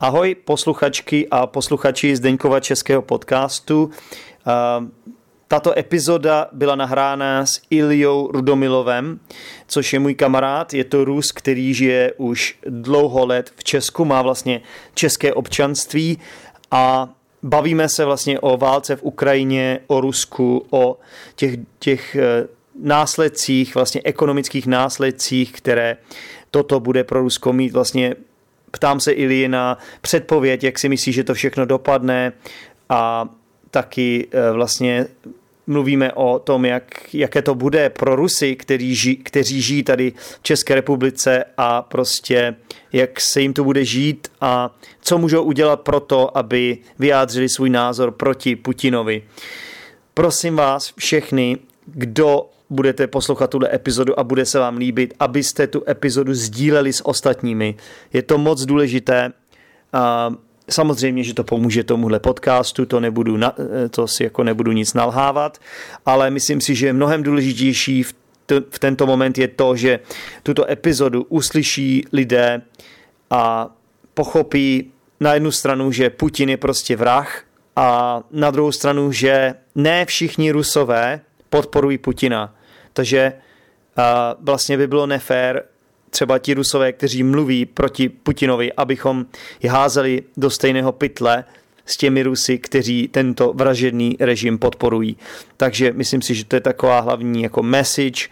Ahoj posluchačky a posluchači Zdeňkova českého podcastu. Tato epizoda byla nahrána s Iljou Rudomilovem, což je můj kamarád. Je to Rus, který žije už dlouho let v Česku, má vlastně české občanství a bavíme se vlastně o válce v Ukrajině, o Rusku, o těch následcích, vlastně ekonomických následcích, které toto bude pro Rusko mít. Vlastně ptám se Ilji na předpověď, jak si myslí, že to všechno dopadne, a taky vlastně mluvíme o tom, jaké to bude pro Rusy, kteří žijí tady v České republice, a prostě jak se jim tu bude žít a co můžou udělat pro to, aby vyjádřili svůj názor proti Putinovi. Prosím vás všechny, kdo budete poslouchat tuhle epizodu a bude se vám líbit, abyste tu epizodu sdíleli s ostatními. Je to moc důležité. Samozřejmě, že to pomůže tomuhle podcastu, to si jako nebudu nic nalhávat, ale myslím si, že mnohem důležitější v tento moment je to, že tuto epizodu uslyší lidé a pochopí na jednu stranu, že Putin je prostě vrah, a na druhou stranu, že ne všichni Rusové podporují Putina. Takže vlastně by bylo nefér třeba ti Rusové, kteří mluví proti Putinovi, abychom je házeli do stejného pytle s těmi Rusy, kteří tento vražedný režim podporují. Takže myslím si, že to je taková hlavní jako message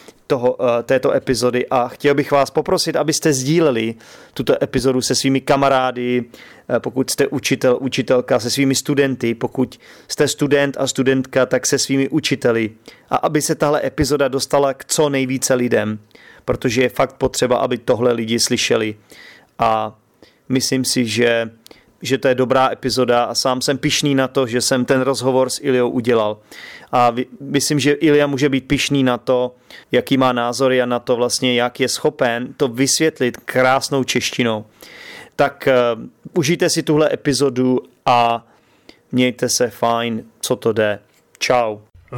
této epizody, a chtěl bych vás poprosit, abyste sdíleli tuto epizodu se svými kamarády, pokud jste učitel, učitelka, se svými studenty, pokud jste student a studentka, tak se svými učiteli, a aby se tahle epizoda dostala k co nejvíce lidem, protože je fakt potřeba, aby tohle lidi slyšeli, a myslím si, že to je dobrá epizoda a sám jsem pyšný na to, že jsem ten rozhovor s Iljou udělal. A myslím, že Ilja může být pyšný na to, jaký má názory a na to vlastně, jak je schopen to vysvětlit krásnou češtinou. Tak užijte si tuhle epizodu a mějte se fajn, co to jde. Čau.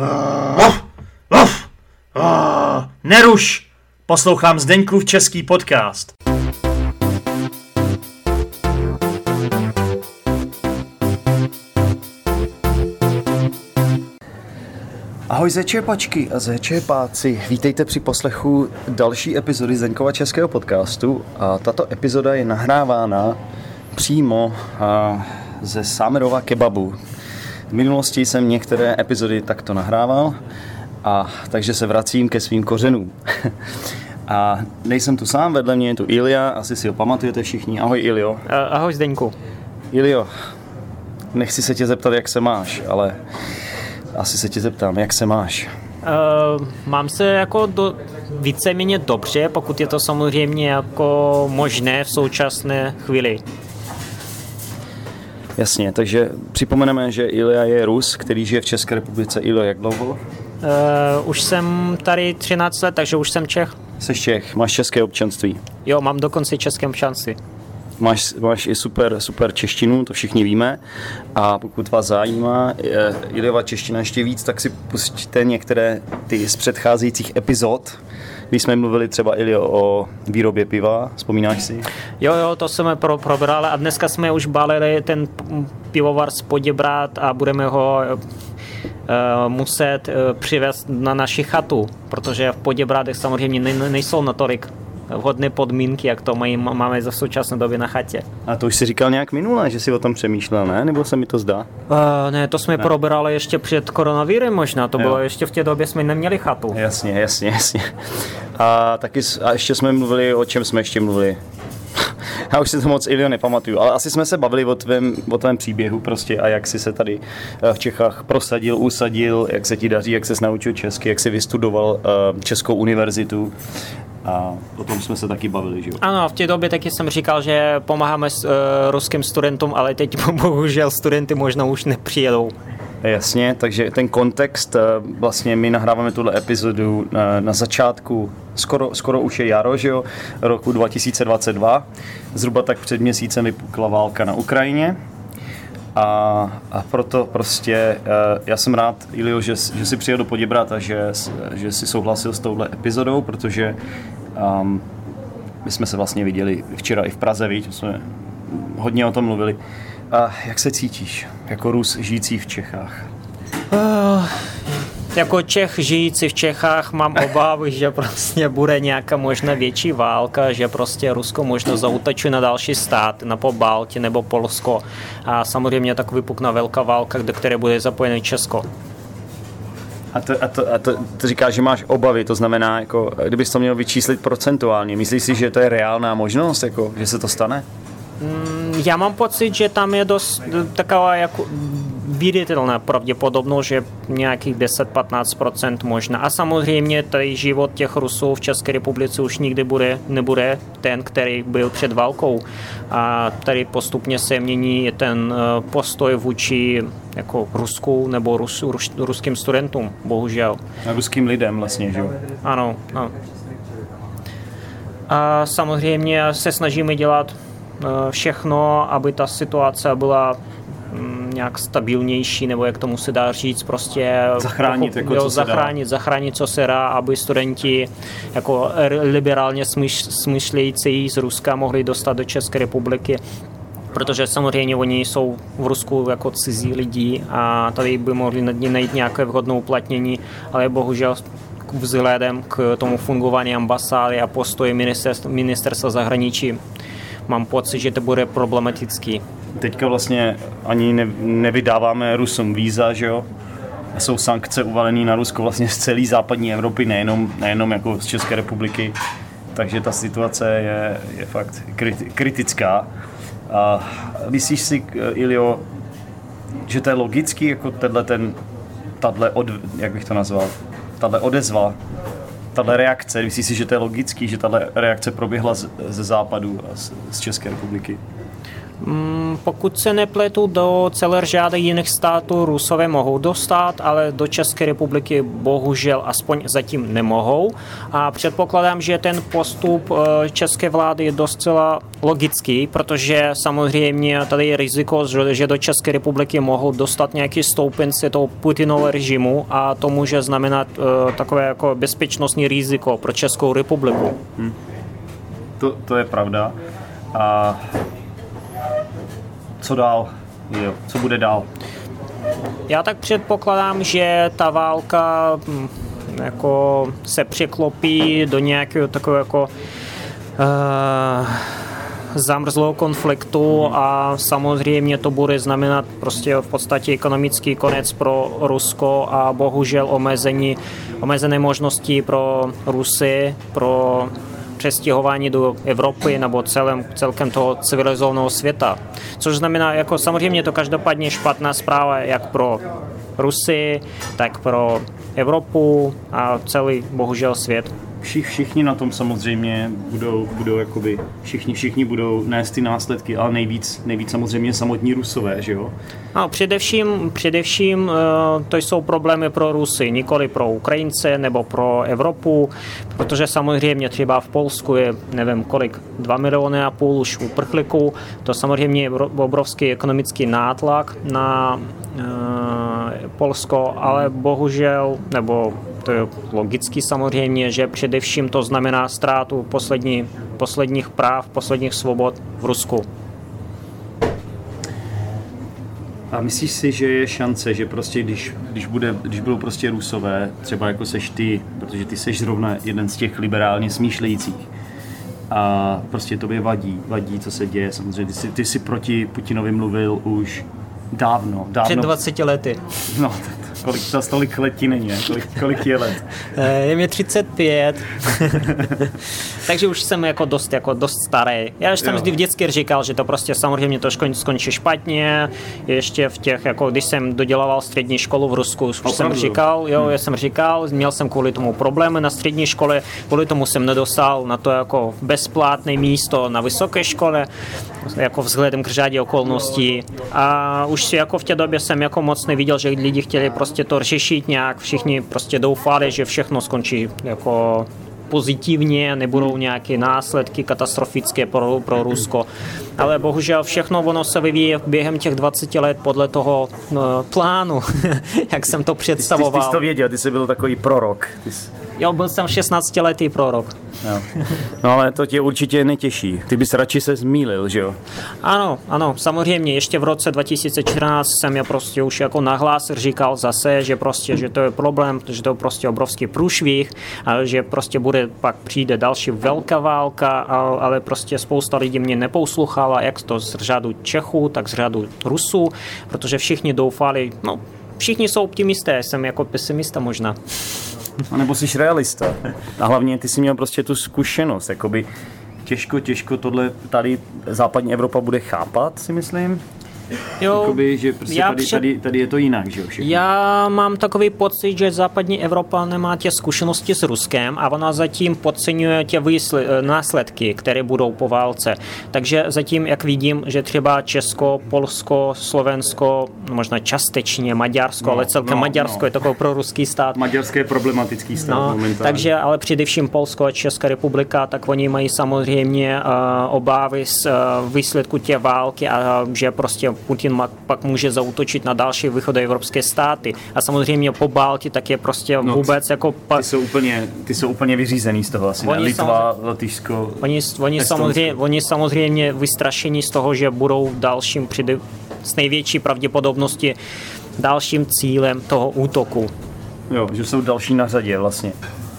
Neruš! Poslouchám Zdeňkův český podcast. Ahoj zečepačky a zečepáci, vítejte při poslechu další epizody Zdeňkova českého podcastu, a tato epizoda je nahrávána přímo ze Sámerova kebabu. V minulosti jsem některé epizody takto nahrával, a takže se vracím ke svým kořenům. A nejsem tu sám, vedle mě je tu Ilja, asi si ho pamatujete všichni. Ahoj Iljo. Ahoj Zdeňku. Iljo, nechci se tě zeptat, jak se máš, ale asi se tě zeptám, jak se máš? Mám se jako víceméně dobře, pokud je to samozřejmě jako možné v současné chvíli. Jasně, takže připomeneme, že Ilja je Rus, který žije v České republice. Iljo, jak dlouho? Už jsem tady 13 let, takže už jsem Čech. Jsi Čech, máš české občanství? Jo, mám dokonce české občanství. Máš i super češtinu, to všichni víme, a pokud vás zajímá Iljova čeština ještě víc, tak si pustíte některé ty z předcházejících epizod, když jsme mluvili třeba, Iljo, o výrobě piva, vzpomínáš si? Jo, to jsme probrali, a dneska jsme už balili ten pivovar z Poděbrad a budeme ho muset přivést na naši chatu, protože v Poděbradech samozřejmě nejsou natolik vhodné podmínky, jak to máme v současné době na chatě. A to už si říkal nějak minule, že si o tom přemýšlel, ne? Nebo se mi to zdá? Ne, to jsme probrali ještě před koronavirem možná, to bylo ještě v té době jsme neměli chatu. Jasně. A ještě jsme mluvili, o čem jsme ještě mluvili? Já už si to moc, Iljo, nepamatuju, ale asi jsme se bavili o tvém příběhu prostě, a jak jsi se tady v Čechách prosadil, usadil, jak se ti daří, jak ses naučil česky, jak jsi vystudoval Českou univerzitu. A o tom jsme se taky bavili, že jo? Ano, v té době taky jsem říkal, že pomáháme ruským studentům, ale teď bohužel studenty možná už nepřijedou. Jasně, takže ten kontext, vlastně my nahráváme tuhle epizodu na začátku, skoro už je jaro, že jo, roku 2022. Zhruba tak před měsícem vypukla válka na Ukrajině. A proto prostě já jsem rád, Iljo, že jsi přijel do Poděbrad a že jsi souhlasil s touhle epizodou, protože my jsme se vlastně viděli včera i v Praze, víš, jsme hodně o tom mluvili. A jak se cítíš jako Rus žijící v Čechách? Jako Čech žijící v Čechách mám obavy, že prostě bude nějaká možná větší válka, že prostě Rusko možná zaútočí na další stát, na Pobaltí nebo Polsko. A samozřejmě tak vypukne velká válka, do které bude zapojené Česko. A to říkáš, že máš obavy, to znamená, jako, kdybys to měl vyčíslit procentuálně, myslíš si, že to je reálná možnost, jako, že se to stane? Já mám pocit, že tam je dost taková jako viditelná pravděpodobnost, že nějakých 10-15% možná. A samozřejmě tady život těch Rusů v České republice už nikdy nebude ten, který byl před válkou. A tady postupně se mění ten postoj vůči jako Rusku nebo ruským studentům, bohužel. A ruským lidem vlastně, že jo? Ano. A samozřejmě se snažíme dělat všechno, aby ta situace byla nějak stabilnější, nebo jak tomu se dá říct, prostě zachránit, co se dá, aby studenti jako liberálně smýšlející z Ruska mohli dostat do České republiky, protože samozřejmě oni jsou v Rusku jako cizí lidi a tady by mohli najít nějaké vhodné uplatnění, ale bohužel vzhledem k tomu fungování ambasády a postoji ministerstva zahraničí mám pocit, že to bude problematický. Teďka vlastně ani nevydáváme Rusům víza, že jo? Jsou sankce uvalené na Rusko vlastně z celé západní Evropy, nejenom jako z České republiky. Takže ta situace je fakt kritická. A myslíš si, Iljo, že to je logický, jako jak bych to nazval, tahle odezva, tahle reakce, myslíš si, že to je logický, že tahle reakce proběhla ze západu a z České republiky? Pokud se nepletu, do celé řady jiných států Rusové mohou dostat, ale do České republiky bohužel aspoň zatím nemohou. A předpokládám, že ten postup české vlády je docela logický, protože samozřejmě tady je riziko, že do České republiky mohou dostat nějaký stoupenci toho Putinového režimu a to může znamenat takové jako bezpečnostní riziko pro Českou republiku. To je pravda. A co dál? Co bude dál? Já tak předpokládám, že ta válka jako se překlopí do nějakého takového jako zamrzlého konfliktu a samozřejmě to bude znamenat prostě v podstatě ekonomický konec pro Rusko a bohužel omezené možnosti pro Rusy, pro přestěhování do Evropy nebo celkem toho civilizovaného světa. Což znamená, jako samozřejmě to každopádně špatná zpráva jak pro Rusy, tak pro Evropu a celý bohužel svět. Všichni na tom samozřejmě budou jakoby, všichni budou nést ty následky, ale nejvíc samozřejmě samotní Rusové, že jo? No, především to jsou problémy pro Rusy, nikoli pro Ukrajince nebo pro Evropu, protože samozřejmě třeba v Polsku je, nevím kolik, 2,5 miliony už uprchlíků, to samozřejmě je obrovský ekonomický nátlak na Polsko, ale bohužel, nebo to je logicky samozřejmě, že především to znamená ztrátu posledních práv, posledních svobod v Rusku. A myslíš si, že je šance, že prostě když budou prostě Rusové, třeba jako seš ty, protože ty seš zrovna jeden z těch liberálně smýšlejících a prostě tobě vadí, co se děje, samozřejmě ty jsi proti Putinovi mluvil už dávno. Před 20 lety. No, tolik let ti není, kolik ti je let? Je mi 35, takže už jsem jako dost starý. Já už jsem vždycky říkal, že to prostě samozřejmě to skončí špatně, ještě v těch, jako když jsem dodělával střední školu v Rusku, už jsem říkal, měl jsem kvůli tomu problémy na střední škole, kvůli tomu jsem nedostal na to jako bezplatné místo na vysoké škole, jako vzhledem k řadě okolností. A už si jako v té době jsem jako moc neviděl, že lidi chtěli prostě to řešit nějak, všichni prostě doufali, že všechno skončí jako pozitivně, nebudou nějaké následky katastrofické pro Rusko. Ale bohužel všechno ono se vyvíjí během těch 20 let podle toho plánu, jak jsem to představoval. Ty jsi to věděl, ty jsi byl takový prorok. Jo, byl jsem 16letý prorok. Jo. No ale to tě určitě netěší. Ty bys radši se zmýlil, že jo? Ano, samozřejmě. Ještě v roce 2014 jsem je prostě už jako nahlas říkal zase, že prostě, že to je problém, že to je prostě obrovský průšvih, že prostě přijde další velká válka, ale prostě spousta lidí mě neposlouchala, jak to z řadu Čechů, tak z řadu Rusů, protože všichni doufali, no všichni jsou optimisté, jsem jako pesimista možná. A nebo jsi realista. A hlavně ty jsi měl prostě tu zkušenost, jakoby těžko tohle tady západní Evropa bude chápat, si myslím. Jo, jakoby, že prostě tady je to jinak, že jo? Všechno. Já mám takový pocit, že západní Evropa nemá tě zkušenosti s Ruskem a ona zatím podceňuje tě následky, které budou po válce. Takže zatím, jak vidím, že třeba Česko, Polsko, Slovensko, možná částečně Maďarsko, ale celkem Maďarsko je takový proruský stát. Maďarské je problematický stát momentálně. Takže, ale především Polsko a Česká republika, tak oni mají samozřejmě obávy z výsledku té války a že prostě Putin pak může zaútočit na další východoevropské státy. A samozřejmě po Baltii tak je prostě vůbec jako... Ty jsou úplně vyřízený z toho asi. Litva, Lotyšsko, Oni samozřejmě vystrašení z toho, že budou dalším s největší pravděpodobností dalším cílem toho útoku. Jo, že jsou další na řadě vlastně.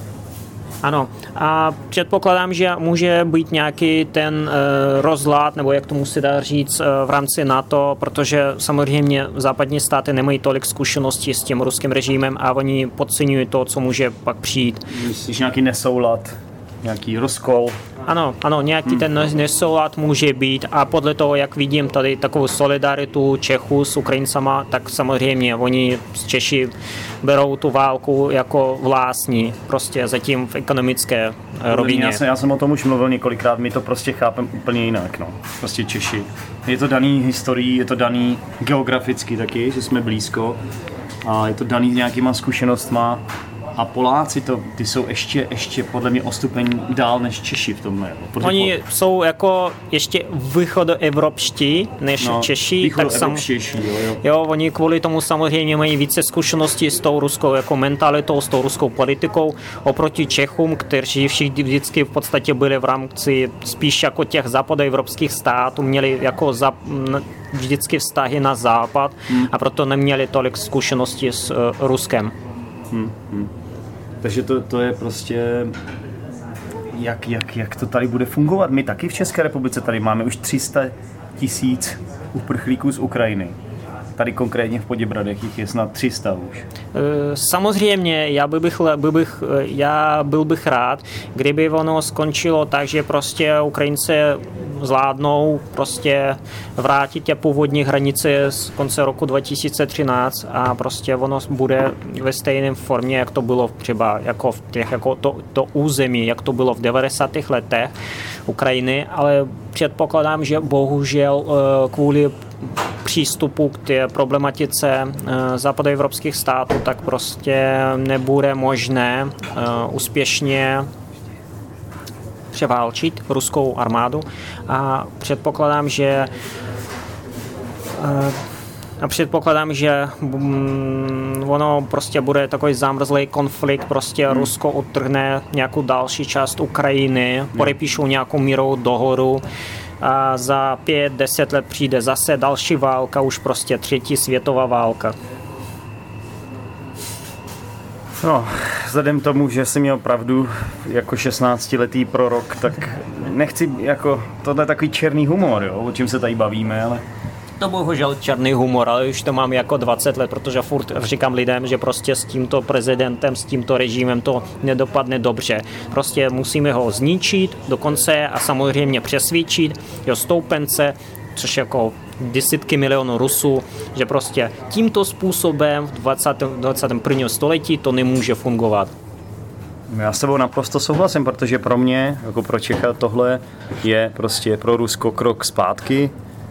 Ano, a předpokládám, že může být nějaký ten rozlad, nebo jak tomu se dá říct, v rámci NATO, protože samozřejmě západní státy nemají tolik zkušeností s tím ruským režimem a oni podceňují to, co může pak přijít. Myslíš nějaký nesoulad, nějaký rozkol? Ano, nějaký ten nesoulad může být a podle toho, jak vidím tady takovou solidaritu Čechů s Ukrajincama, tak samozřejmě oni Češi berou tu válku jako vlastní, prostě zatím v ekonomické rovině. Já jsem o tom už mluvil několikrát, my to prostě chápeme úplně jinak, prostě Češi. Je to daný historií, je to daný geograficky taky, že jsme blízko a je to daný nějakýma zkušenostma. A Poláci, ty jsou ještě podle mě o stupeň dál než Češi v tomhle. Oni jsou jako ještě východoevropští než Češi. Jo, oni kvůli tomu samozřejmě mají více zkušeností s tou ruskou jako mentalitou, s tou ruskou politikou oproti Čechům, kteří vždycky v podstatě byli v rámci spíš jako těch západoevropských států, měli jako vždycky vztahy na západ a proto neměli tolik zkušeností s Ruskem. Takže to je prostě, jak to tady bude fungovat. My taky v České republice tady máme už 300 000 uprchlíků z Ukrajiny. Tady konkrétně v Poděbradech jich je snad 300 už. Samozřejmě, já byl bych rád, kdyby ono skončilo tak, že prostě Ukrajinci zvládnou prostě vrátit tě původní hranice z konce roku 2013 a prostě ono bude ve stejném formě, jak to bylo třeba jako v těch, jako to území, jak to bylo v 90. letech Ukrajiny, ale předpokládám, že bohužel kvůli přístupu k té problematice západoevropských států, tak prostě nebude možné úspěšně převálčit ruskou armádu a předpokládám, že ono prostě bude takový zamrzlý konflikt, prostě Rusko odtrhne nějakou další část Ukrajiny, podepíšou nějakou mírovou dohodu a za 5-10 let přijde zase další válka, už prostě 3. světová válka. No, vzhledem tomu, že jsi měl pravdu jako 16letý prorok, tak nechci jako, tohle je takový černý humor, jo, o čem se tady bavíme, ale... To bohužel černý humor, ale už to mám jako 20 let, protože furt říkám lidem, že prostě s tímto prezidentem, s tímto režimem to nedopadne dobře. Prostě musíme ho zničit dokonce a samozřejmě přesvědčit jeho stoupence, což jako desítky milionů Rusů, že prostě tímto způsobem v 21. století to nemůže fungovat. Já s tebou naprosto souhlasím, protože pro mě, jako pro Čecha, tohle je prostě pro Rusko krok zpátky.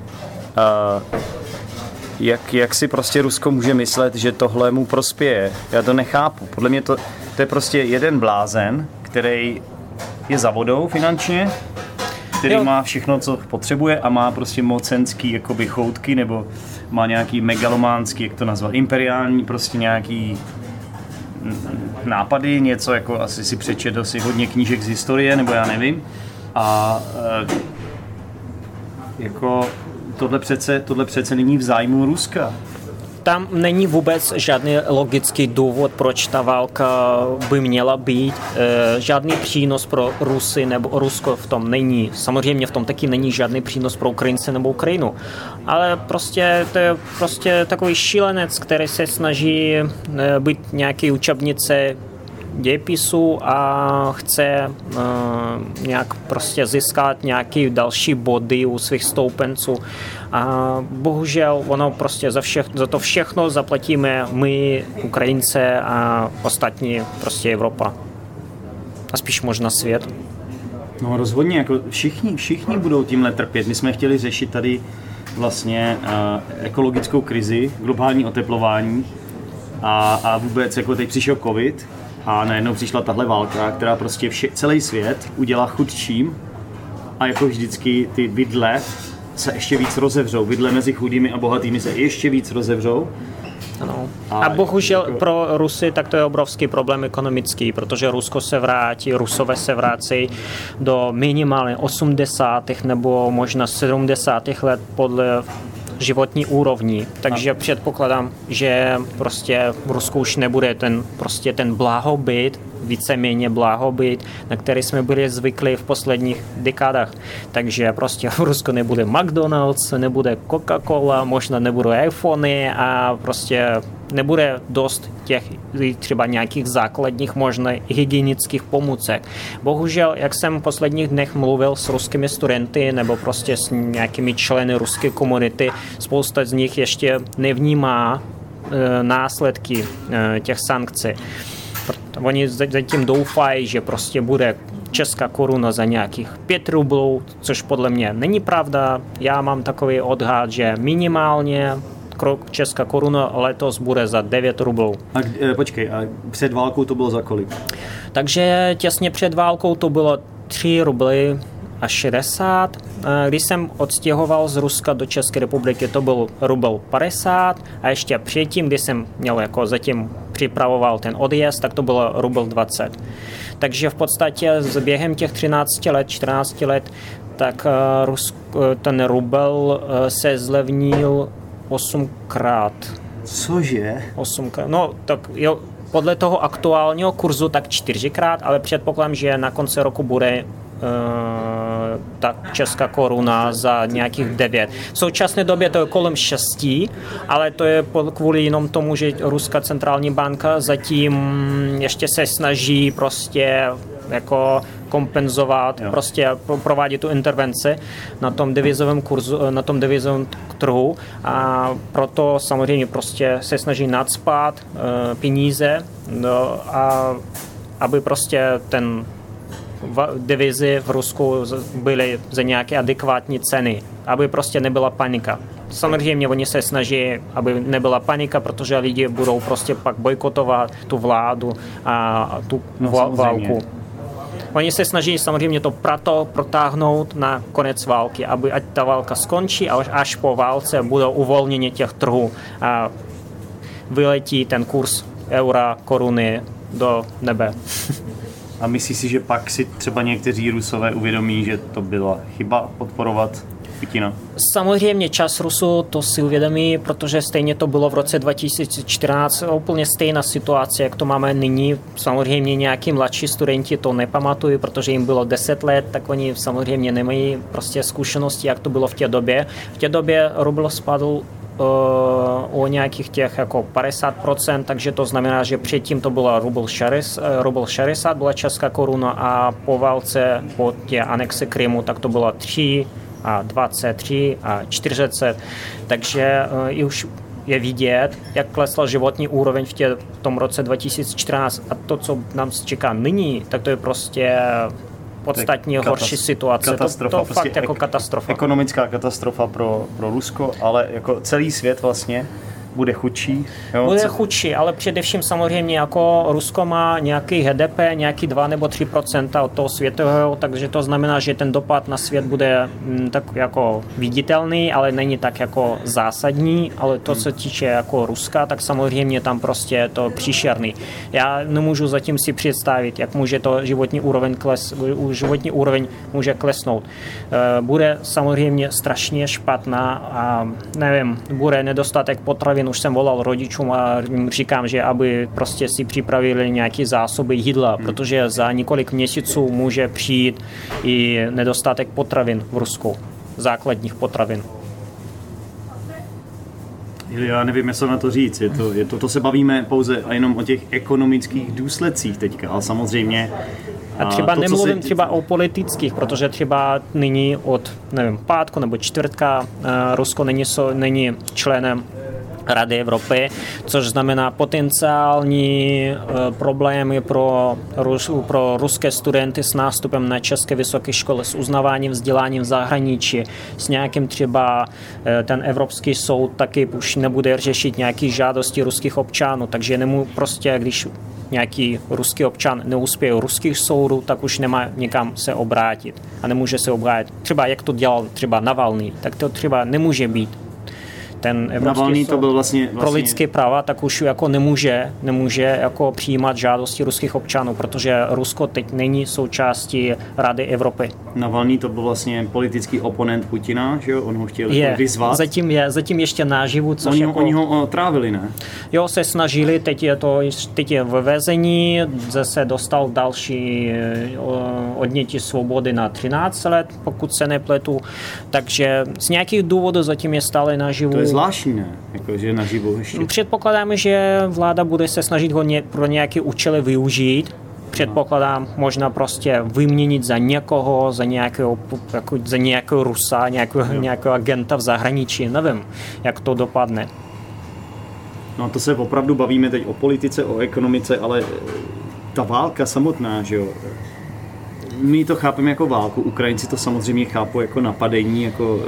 Jak si prostě Rusko může myslet, že tohle mu prospěje? Já to nechápu. Podle mě to je prostě jeden blázen, který je za vodou finančně, který má všechno, co potřebuje a má prostě mocenský jakoby choutky, nebo má nějaký megalománský, jak to nazvat, imperiální, prostě nějaký nápady, něco jako asi si přečetl si hodně knížek z historie, nebo já nevím. A jako tohle přece není v zájmu Ruska. Tam není vůbec žádný logický důvod, proč ta válka by měla být. Žádný přínos pro Rusy nebo Rusko v tom není. Samozřejmě v tom taky není žádný přínos pro Ukrajince nebo Ukrajinu. Ale prostě to je prostě takový šílenec, který se snaží být nějaký učebnice dějepisu a chce nějak prostě získat nějaké další body u svých stoupenců. A bohužel ono prostě za to všechno zaplatíme my, Ukrajince a ostatní prostě Evropa. A spíš možná svět. No rozhodně, jako všichni budou tímhle trpět. My jsme chtěli řešit tady vlastně ekologickou krizi, globální oteplování a vůbec jako teď přišel covid a najednou přišla tahle válka, která prostě celý svět udělá chudším a jako vždycky ty vidle se ještě víc rozevřou. Vidle mezi chudými a bohatými se ještě víc rozevřou. Ano. A bohužel jako pro Rusy tak to je obrovský problém ekonomický, protože Rusové se vrací do minimálně 80. nebo možná 70. let podle životní úrovni. Takže předpokládám, že prostě v Rusku už nebude ten blahobyt, víceméně blahobyt, na který jsme byli zvyklí v posledních dekádách. Takže prostě v Rusku nebude McDonald's, nebude Coca-Cola, možná nebudou iPhony a prostě nebude dost těch třeba nějakých základních možná hygienických pomůcek. Bohužel, jak jsem v posledních dnech mluvil s ruskými studenty nebo prostě s nějakými členy ruské komunity, spousta z nich ještě nevnímá následky těch sankcí. Oni zatím doufají, že prostě bude česká koruna za nějakých 5 rublů, což podle mě není pravda. Já mám takový odhad, že minimálně česká koruna letos bude za 9 rublů. Počkej, a před válkou to bylo za kolik? Takže těsně před válkou to bylo 3 rubly a 60. Když jsem odstěhoval z Ruska do České republiky, to byl rubl 50 a ještě předtím, když jsem měl jako zatím připravoval ten odjezd, tak to bylo rubl 20. Takže v podstatě během těch 14 let, tak ten rubl se zlevnil 8krát. Cože? 8krát. No, tak jo, podle toho aktuálního kurzu tak 4krát, ale předpokládám, že na konci roku bude ta česká koruna za nějakých 9. V současné době to je kolem 6, ale to je kvůli jenom tomu, že Ruská centrální banka zatím ještě se snaží prostě jako kompenzovat, prostě provádět tu intervenci na tom devizovém kurzu, na tom devizovém trhu a proto samozřejmě prostě se snaží nacpat peníze a aby prostě ten devizy v Rusku byly za nějaké adekvátní ceny, aby prostě nebyla panika. Samozřejmě oni se snaží, aby nebyla panika, protože lidi budou prostě pak bojkotovat tu vládu a tu válku. Oni se snaží samozřejmě to protáhnout na konec války, aby ať ta válka skončí a až po válce budou uvolnění těch trhů a vyletí ten kurz eura, koruny do nebe. A myslíš si, že pak si třeba někteří Rusové uvědomí, že to byla chyba podporovat Putina? Samozřejmě čas Rusů to si uvědomí, protože stejně to bylo v roce 2014 úplně stejná situace, jak to máme nyní. Samozřejmě nějaký mladší studenti to nepamatují, protože jim bylo 10 let, tak oni samozřejmě nemají prostě zkušenosti, jak to bylo v té době. V té době rubl spadl o nějakých těch jako 50%, takže to znamená, že předtím to byla rubl 60, byla česká koruna a po válce, po té anexe Krymu, tak to bylo 3 a 23 a 40, takže už je vidět, jak klesla životní úroveň v tom roce 2014 a to, co nám čeká nyní, tak to je prostě podstatně horší situace. To prostě fakt jako katastrofa. Ekonomická katastrofa pro Rusko, ale jako celý svět vlastně bude chudší. Jo? Bude chudší, ale především samozřejmě jako Rusko má nějaký HDP, nějaký 2 nebo 3% od toho světového, takže to znamená, že ten dopad na svět bude tak jako viditelný, ale není tak jako zásadní, ale to, co týče jako Ruska, tak samozřejmě tam prostě je to příšerný. Já nemůžu zatím si představit, jak může to životní úroveň může klesnout. Bude samozřejmě strašně špatná a nevím, bude nedostatek potravin. Už jsem volal rodičům a říkám, že aby prostě si připravili nějaké zásoby jídla, protože za několik měsíců může přijít i nedostatek potravin v Rusku, základních potravin. Já nevím, co na to říct. To se bavíme pouze a jenom o těch ekonomických důsledcích teďka, ale samozřejmě. A třeba nemluvím třeba o politických, protože třeba nyní od pátku nebo čtvrtka Rusko není členem Rady Evropy, což znamená potenciální problémy pro ruské studenty s nástupem na české vysoké školy, s uznáváním vzděláním v zahraničí, s nějakým třeba ten Evropský soud taky už nebude řešit nějaké žádosti ruských občanů, takže prostě, když nějaký ruský občan neuspěje u ruských soudů, tak už nemá někam se obrátit a nemůže se obrátit. Třeba jak to dělal třeba Navalný, tak to třeba nemůže být. Ten Evropský soud vlastně pro lidské práva, tak už jako nemůže jako přijímat žádosti ruských občanů, protože Rusko teď není součástí Rady Evropy. Navalný to byl vlastně politický oponent Putina, že jo? On ho chtěl vyzvat. Zatím ještě naživu, což Oni ho trávili, ne? Jo, se snažili, teď je ve vězení, zase dostal další odnětí svobody na 13 let, pokud se nepletu, takže z nějakých důvodů zatím je stále naživu. To je zvláštní, ne? Jako, že naživu ještě. Předpokládáme, že vláda bude se snažit ho pro nějaké účely využít. Předpokládám, možná prostě vyměnit za někoho, za nějakého Rusa, nějakého agenta v zahraničí. Nevím, jak to dopadne. No to se opravdu bavíme teď o politice, o ekonomice, ale ta válka samotná, že jo? My to chápeme jako válku, Ukrajinci to samozřejmě chápou jako napadení, jako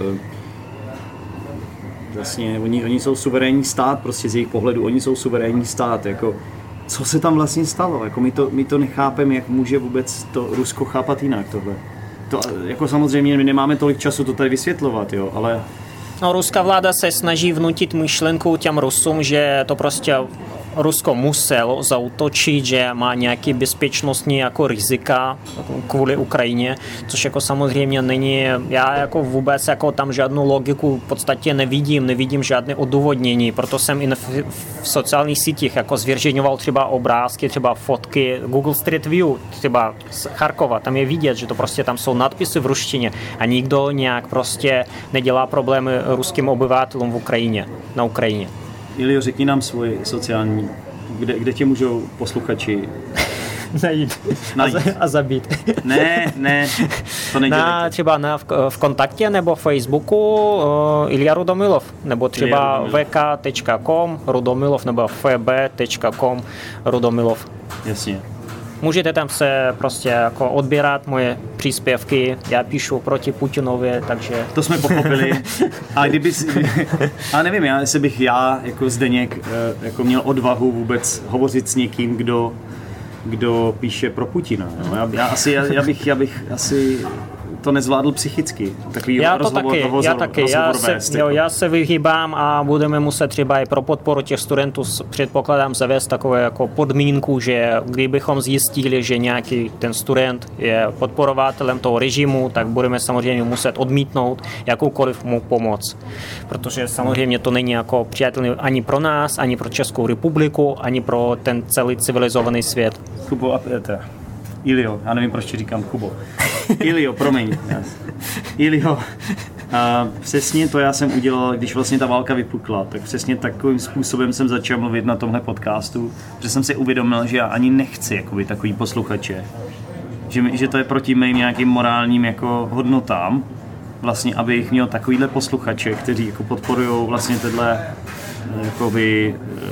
vlastně oni jsou suverénní stát, prostě z jejich pohledu oni jsou suverénní stát, jako co se tam vlastně stalo, jako my to nechápeme, jak může vůbec to Rusko chápat jinak tohle. To, jako samozřejmě my nemáme tolik času to tady vysvětlovat, jo, ale no, ruská vláda se snaží vnutit myšlenku těm Rusům, že to prostě Rusko muselo zaútočit, že má nějaké bezpečnostní jako rizika kvůli Ukrajině, což jako samozřejmě není, já jako vůbec jako tam žádnou logiku v podstatě nevidím žádné odůvodnění, proto jsem i v sociálních sítích jako zveřejňoval třeba obrázky, třeba fotky Google Street View, třeba z Charkova, tam je vidět, že to prostě tam jsou nadpisy v ruštině a nikdo nějak prostě nedělá problémy ruským obyvatelům na Ukrajině. Ilio, řekni nám svůj sociální, kde tě můžou posluchači najít. A zabít. Ne, to nejde. Třeba v kontaktě nebo v Facebooku Ilja Rudomilov, nebo třeba vk.com Rudomilov nebo fb.com Rudomilov. Jasně. Můžete tam se prostě jako odbírat moje příspěvky, já píšu proti Putinovi, takže... To jsme pochopili. A a nevím, jestli bych jako Zdeněk jako měl odvahu vůbec hovořit s někým, kdo píše pro Putina. No, já bych asi to nezvládl psychicky. Já se vyhýbám a budeme muset třeba i pro podporu těch studentů předpokládám zavést takové jako podmínku, že kdybychom zjistili, že nějaký ten student je podporovatelem toho režimu, tak budeme samozřejmě muset odmítnout jakoukoliv mu pomoc. Protože samozřejmě to není jako přijatelné ani pro nás, ani pro Českou republiku, ani pro ten celý civilizovaný svět. Ilio, já nevím, proč ti říkám Kubo. Ilio, promiň. Ilio, přesně to já jsem udělal, když vlastně ta válka vypukla, tak přesně takovým způsobem jsem začal mluvit na tomhle podcastu, že jsem si uvědomil, že já ani nechci jakoby, takový posluchače. Že to je proti mým nějakým morálním jako hodnotám, vlastně, abych měl takovýhle posluchače, kteří jako podporují vlastně tenhle jakoby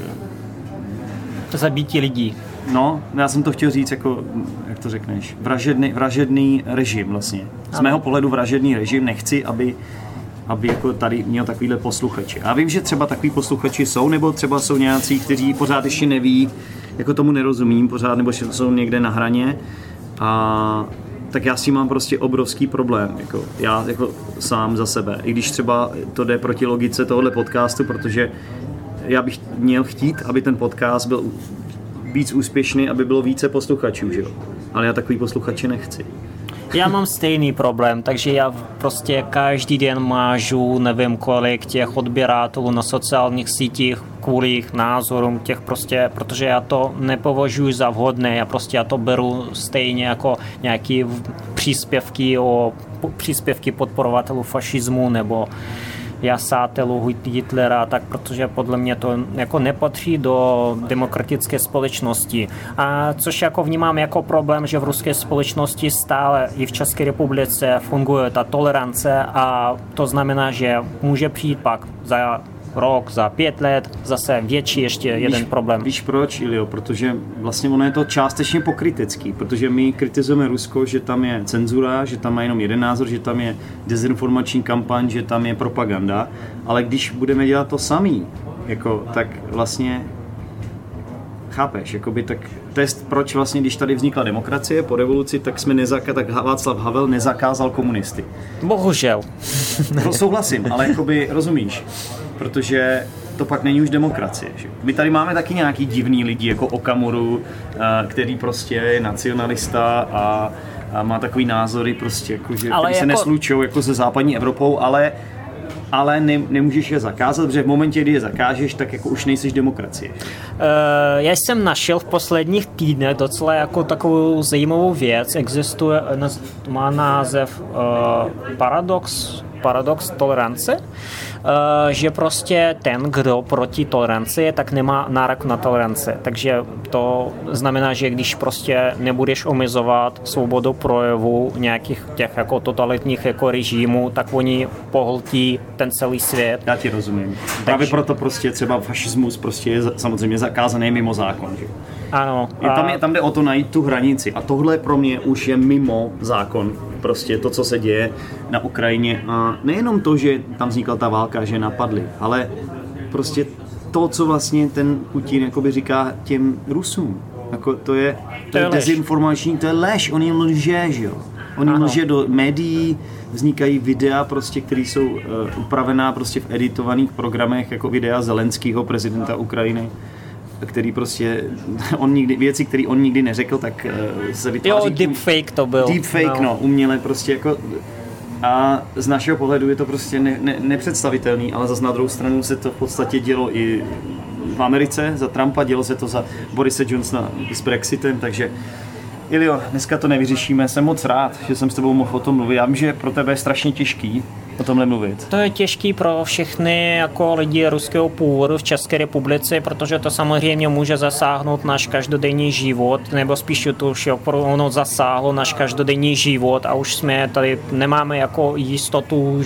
zabítí lidí. No, já jsem to chtěl říct jako, jak to řekneš, vražedný režim vlastně. Z mého pohledu vražedný režim, nechci, aby aby jako tady měl takovýhle posluchači. Já vím, že třeba takový posluchači jsou, nebo třeba jsou nějací, kteří pořád ještě neví, jako tomu nerozumím pořád, nebo jsou někde na hraně. A tak já s tím mám prostě obrovský problém, jako já jako sám za sebe. I když třeba to jde proti logice tohohle podcastu, protože já bych měl chtít, aby ten podcast byl víc úspěšný, aby bylo více posluchačů, že jo? Ale já takový posluchače nechci. Já mám stejný problém, takže já prostě každý den mážu, nevím kolik těch odběratelů na sociálních sítích kvůli jejich názorům, těch prostě, protože já to nepovažuji za vhodné, já to beru stejně jako nějaký příspěvky podporovatelů fašismu nebo jasatelů Hitlera, tak protože podle mě to jako nepatří do demokratické společnosti. A což jako vnímám jako problém, že v ruské společnosti stále i v České republice funguje ta tolerance a to znamená, že může přijít pak za rok, za 5 let zase větší ještě jeden problém. Víš proč, Ilio? Protože vlastně ono je to částečně pokrytecký, protože my kritizujeme Rusko, že tam je cenzura, že tam má jenom jeden názor, že tam je dezinformační kampaň, že tam je propaganda, ale když budeme dělat to samý, jako, tak vlastně chápeš, jakoby, tak to je proč vlastně, když tady vznikla demokracie po revoluci, tak tak Václav Havel nezakázal komunisty. Bohužel. To souhlasím, ale jakoby rozumíš, protože to pak není už demokracie. Že? My tady máme taky nějaký divný lidi, jako Okamuru, který prostě je nacionalista a má takový názory, prostě, jako, že se neslučují jako se západní Evropou, ale nemůžeš je zakázat, protože v momentě, kdy je zakážeš, tak jako už nejseš demokracie. Já jsem našel v posledních týdnech docela jako takovou zajímavou věc. Existuje, má název paradox tolerance, že prostě ten, kdo proti toleranci je, tak nemá nárok na toleranci. Takže to znamená, že když prostě nebudeš omezovat svobodu projevu nějakých těch jako totalitních jako režimů, tak oni pohltí ten celý svět. Já ti rozumím. Právě proto prostě třeba fašismus prostě je samozřejmě zakázaný mimo zákon. Že? Ano. Tam jde o to najít tu hranici a tohle pro mě už je mimo zákon. Prostě to, co se děje na Ukrajině a nejenom to, že tam vznikla ta válka, že napadli, ale prostě to, co vlastně ten Putin jakoby říká těm Rusům. Jako to je dezinformační, to je lež, on jim lže, že jo. On jim lže do médií, vznikají videa, prostě, které jsou upravená prostě v editovaných programech, jako videa Zelenského, prezidenta Ukrajiny, který prostě, věci, které on nikdy neřekl, tak se vytváří... Jo, deepfake to byl. Deepfake, no, uměle prostě jako... A z našeho pohledu je to prostě nepředstavitelný, ale zase na druhou stranu se to v podstatě dělo i v Americe za Trumpa, dělo se to za Borise Johnsona s Brexitem, takže Ilio, dneska to nevyřešíme, jsem moc rád, že jsem s tebou mohl o tom mluvit. Já vím, že pro tebe je strašně těžký o tomhle mluvit. To je těžký pro všechny jako lidi ruského původu v České republice, protože to samozřejmě může zasáhnout náš každodenní život, nebo spíš to už ono zasáhlo náš každodenní život a už jsme tady nemáme jako jistotu,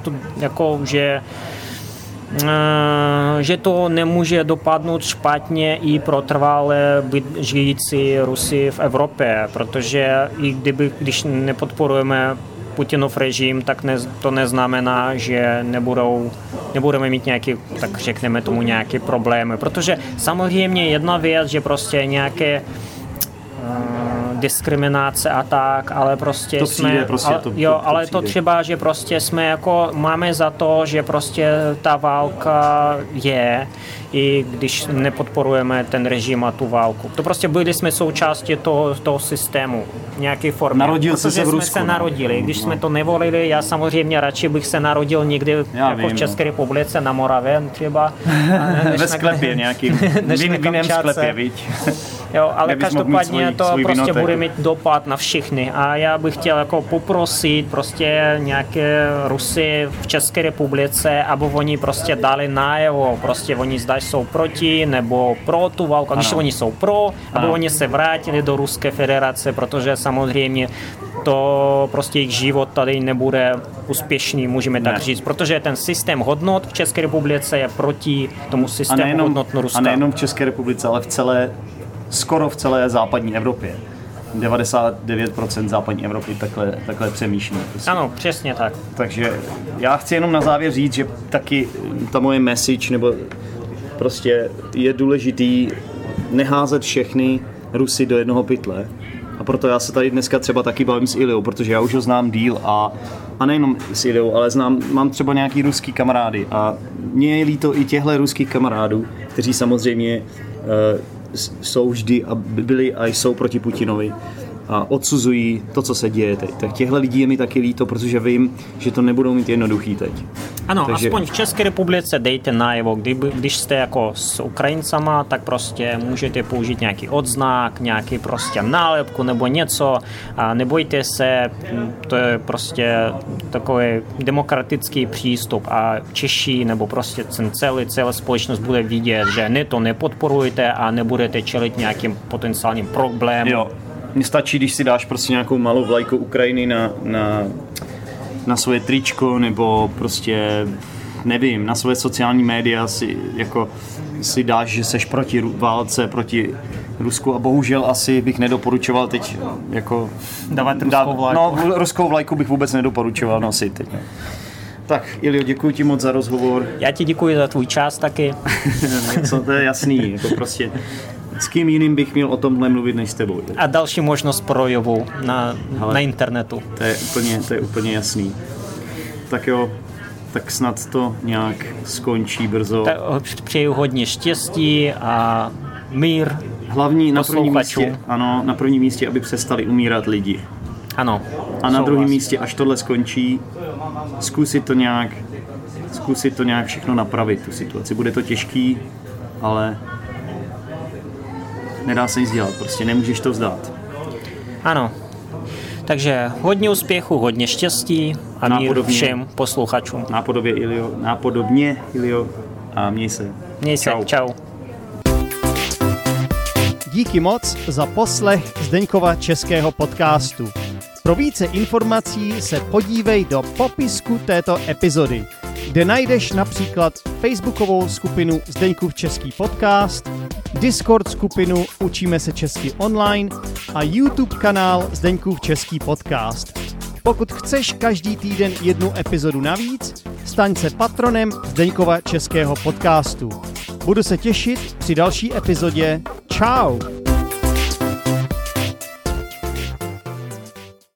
že to nemůže dopadnout špatně i pro trvalé žijící Rusy v Evropě, protože i když nepodporujeme Putinův režim, tak to neznamená, že nebudeme mít nějaké, tak řekneme tomu, nějaké problémy. Protože samozřejmě jedna věc, že prostě nějaké diskriminace a tak, ale prostě to přijde, ale to třeba, že prostě jsme jako, máme za to, že prostě ta válka je, i když nepodporujeme ten režim a tu válku. To prostě byli jsme součástí toho systému, nějaké formy. Narodil se v Rusku. Jsme se narodili. Když jsme to nevolili, já samozřejmě radši bych se narodil někdy v České republice, na Moravě třeba. Ve sklepě nějakým, v jiném sklepě, viď? Jo, ale každopádně to prostě bude mít dopad na všechny a já bych chtěl jako poprosit prostě nějaké Rusy v České republice, aby oni prostě dali najevo, prostě oni zda jsou proti nebo pro tu válku, a když oni jsou pro, aby oni se vrátili do Ruské federace, protože samozřejmě to prostě jejich život tady nebude úspěšný, můžeme tak říct, protože ten systém hodnot v České republice je proti tomu systému hodnot Ruska. A nejenom v České republice, ale skoro v celé západní Evropě. 99% západní Evropy takhle přemýšlí. Prostě. Ano, přesně tak. Takže já chci jenom na závěr říct, že taky ta moje message, nebo prostě je důležitý neházet všechny Rusy do jednoho pytle. A proto já se tady dneska třeba taky bavím s Iljou, protože já už ho znám díl a nejenom s Iljou, ale mám třeba nějaký ruský kamarády a mně je líto i těchto ruských kamarádů, kteří samozřejmě jsou vždy a byli a jsou proti Putinovi a odsuzují to, co se děje teď. Tak těchto lidí je mi taky líto, protože vím, že to nebudou mít jednoduchý teď. Ano, takže aspoň v České republice dejte najevo, když jste jako s Ukrajincama, tak prostě můžete použít nějaký odznak, nějaký prostě nálepku nebo něco a nebojte se, to je prostě takový demokratický přístup a Češi nebo prostě celá společnost bude vidět, že ne to nepodporujete a nebudete čelit nějakým potenciálním problémům. Jo. Mně stačí, když si dáš prostě nějakou malou vlajku Ukrajiny na svoje tričko nebo prostě, nevím, na svoje sociální média si dáš, že seš proti válce, proti Rusku a bohužel asi bych nedoporučoval teď jako dávat ruskou vlajku. No, ruskou vlajku bych vůbec nedoporučoval nosit teď. Ne. Tak, Iljo, děkuji ti moc za rozhovor. Já ti děkuji za tvůj čas taky. To je jasný, jako prostě s kým jiným bych měl o tomhle mluvit než s tebou. A další možnost projevu na internetu. To je úplně jasný. Tak jo, tak snad to nějak skončí brzo. Přeju hodně štěstí a mír. Hlavní na prvním místě, aby přestali umírat lidi. Ano. A na druhém místě, až tohle skončí, zkusit to nějak všechno napravit, tu situaci. Bude to těžký, ale nedá se nic dělat, prostě nemůžeš to vzdát. Ano. Takže hodně úspěchu, hodně štěstí a mír všem posluchačům. Nápodobně, Iljo, a měj se. Čau. Díky moc za poslech Zdeňkova českého podcastu. Pro více informací se podívej do popisku této epizody, kde najdeš například facebookovou skupinu Zdeňkův český podcast, Discord skupinu Učíme se česky online a YouTube kanál Zdeňkův český podcast. Pokud chceš každý týden jednu epizodu navíc, staň se patronem Zdeňkova českého podcastu. Budu se těšit při další epizodě. Čau!